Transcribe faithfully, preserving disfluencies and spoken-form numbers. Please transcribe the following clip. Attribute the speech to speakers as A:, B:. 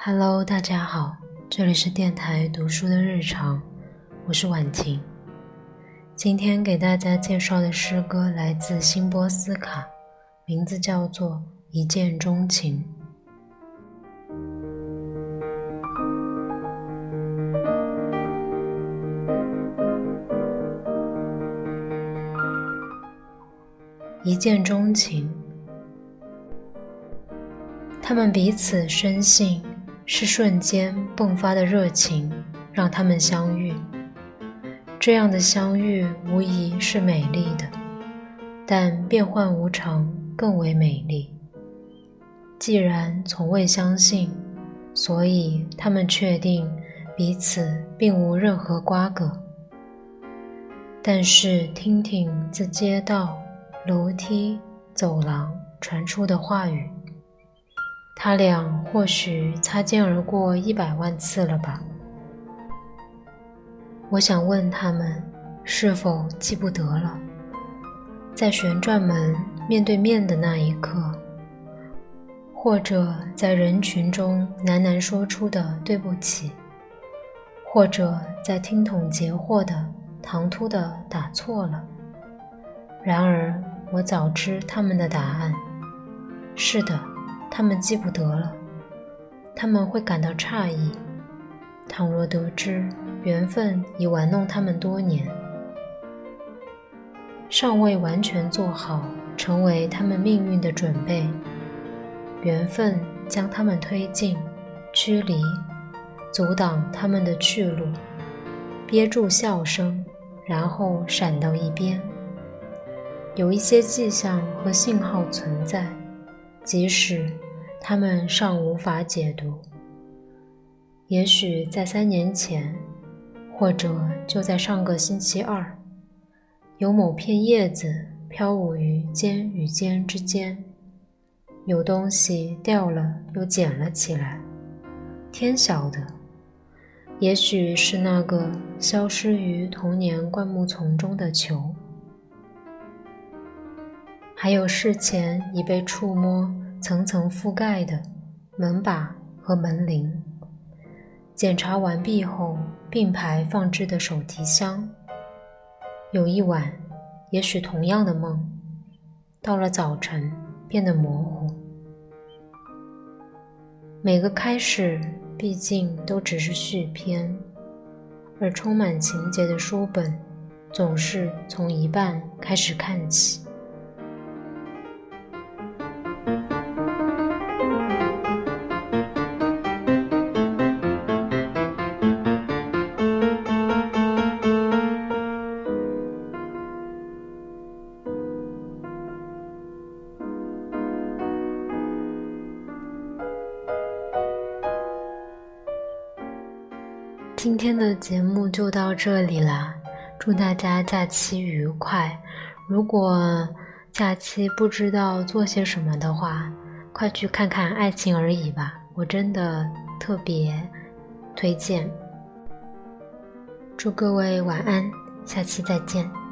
A: Hello， 大家好，这里是电台读书的日常，我是婉婷。今天给大家介绍的诗歌来自辛波丝卡，名字叫做《一见钟情》。一见钟情，他们彼此深信，是瞬间迸发的热情让他们相遇。这样的相遇无疑是美丽的，但变幻无常更为美丽。既然从未相信，所以他们确定彼此并无任何瓜葛。但是听听自街道、楼梯、走廊传出的话语，他俩或许擦肩而过一百万次了吧。我想问他们是否记不得了，在旋转门面对面的那一刻，或者在人群中喃喃说出的对不起，或者在听筒截获的唐突的打错了。然而我早知他们的答案，是的，他们记不得了，他们会感到诧异，倘若得知缘分已玩弄他们多年，尚未完全做好成为他们命运的准备，缘分将他们推进、驱离，阻挡他们的去路，憋住笑声，然后闪到一边。有一些迹象和信号存在，即使他们尚无法解读。也许在三年前，或者就在上个星期二，有某片叶子飘舞于肩与肩之间，有东西掉了又捡了起来，天晓得，也许是那个消失于童年灌木丛中的球。还有事前已被触摸层层覆盖的门把和门铃，检查完毕后并排放置的手提箱。有一晚，也许同样的梦，到了早晨变得模糊。每个开始毕竟都只是续篇，而充满情节的书本总是从一半开始看起。今天的节目就到这里啦，祝大家假期愉快。如果假期不知道做些什么的话，快去看看《爱情而已》吧，我真的特别推荐。祝各位晚安，下期再见。